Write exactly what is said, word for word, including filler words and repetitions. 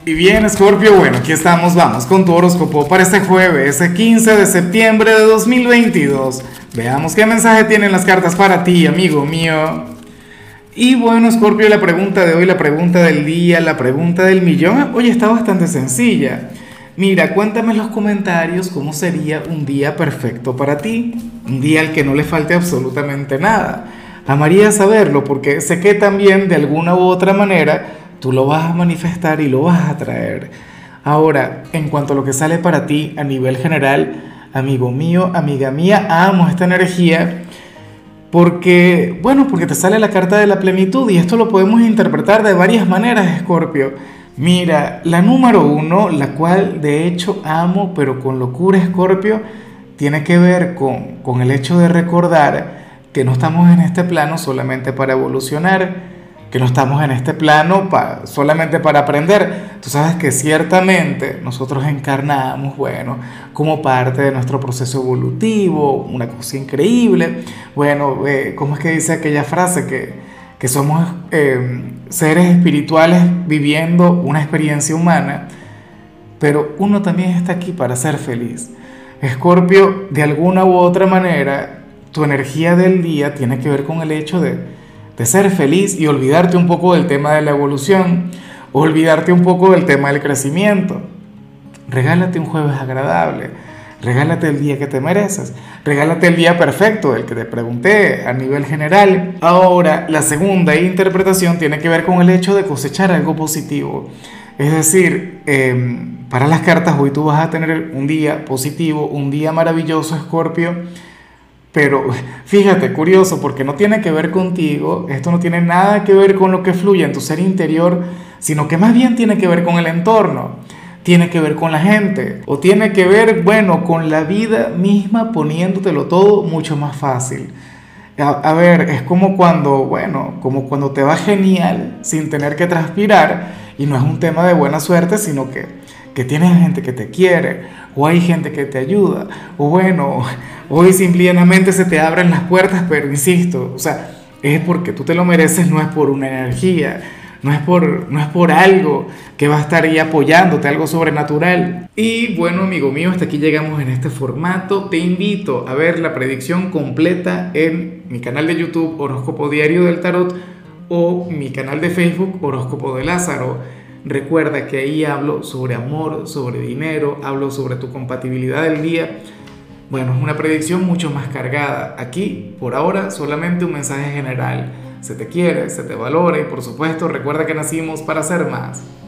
Y bien, Scorpio, bueno, aquí estamos, vamos con tu horóscopo para este jueves, quince de septiembre de dos mil veintidós. Veamos qué mensaje tienen las cartas para ti, amigo mío. Y bueno, Scorpio, la pregunta de hoy, la pregunta del día, la pregunta del millón, oye, está bastante sencilla. Mira, cuéntame en los comentarios cómo sería un día perfecto para ti, un día al que no le falte absolutamente nada. Amaría saberlo porque sé que también de alguna u otra manera tú lo vas a manifestar y lo vas a traer. Ahora, en cuanto a lo que sale para ti a nivel general, amigo mío, amiga mía, amo esta energía porque, bueno, porque te sale la carta de la plenitud y esto lo podemos interpretar de varias maneras, Escorpio. Mira, la número uno, la cual de hecho amo, pero con locura, Escorpio, tiene que ver con, con el hecho de recordar que no estamos en este plano solamente para evolucionar, que no estamos en este plano pa, solamente para aprender. Tú sabes que ciertamente nosotros encarnamos, bueno, como parte de nuestro proceso evolutivo, una cosa increíble. Bueno, eh, ¿cómo es que dice aquella frase? Que, que somos eh, seres espirituales viviendo una experiencia humana, pero uno también está aquí para ser feliz. Escorpio, de alguna u otra manera, tu energía del día tiene que ver con el hecho de de ser feliz y olvidarte un poco del tema de la evolución, olvidarte un poco del tema del crecimiento. Regálate un jueves agradable, regálate el día que te mereces, regálate el día perfecto, el que te pregunté a nivel general. Ahora, la segunda interpretación tiene que ver con el hecho de cosechar algo positivo. Es decir, eh, para las cartas hoy tú vas a tener un día positivo, un día maravilloso, Escorpio. Pero fíjate, curioso, porque no tiene que ver contigo, esto no tiene nada que ver con lo que fluye en tu ser interior, sino que más bien tiene que ver con el entorno, tiene que ver con la gente, o tiene que ver, bueno, con la vida misma poniéndotelo todo mucho más fácil. A, a ver, es como cuando, bueno, como cuando te va genial sin tener que transpirar, y no es un tema de buena suerte, sino que, que tienes gente que te quiere, o hay gente que te ayuda, o bueno, hoy simplemente se te abren las puertas, pero insisto, o sea, es porque tú te lo mereces, no es por una energía, no es por, no es por algo que va a estar ahí apoyándote, algo sobrenatural. Y bueno, amigo mío, hasta aquí llegamos en este formato. Te invito a ver la predicción completa en mi canal de YouTube, Horóscopo Diario del Tarot, o mi canal de Facebook, Horóscopo de Lázaro. Recuerda que ahí hablo sobre amor, sobre dinero, hablo sobre tu compatibilidad del día. Bueno, es una predicción mucho más cargada. Aquí, por ahora, solamente un mensaje general. Se te quiere, se te valora y por supuesto recuerda que nacimos para ser más.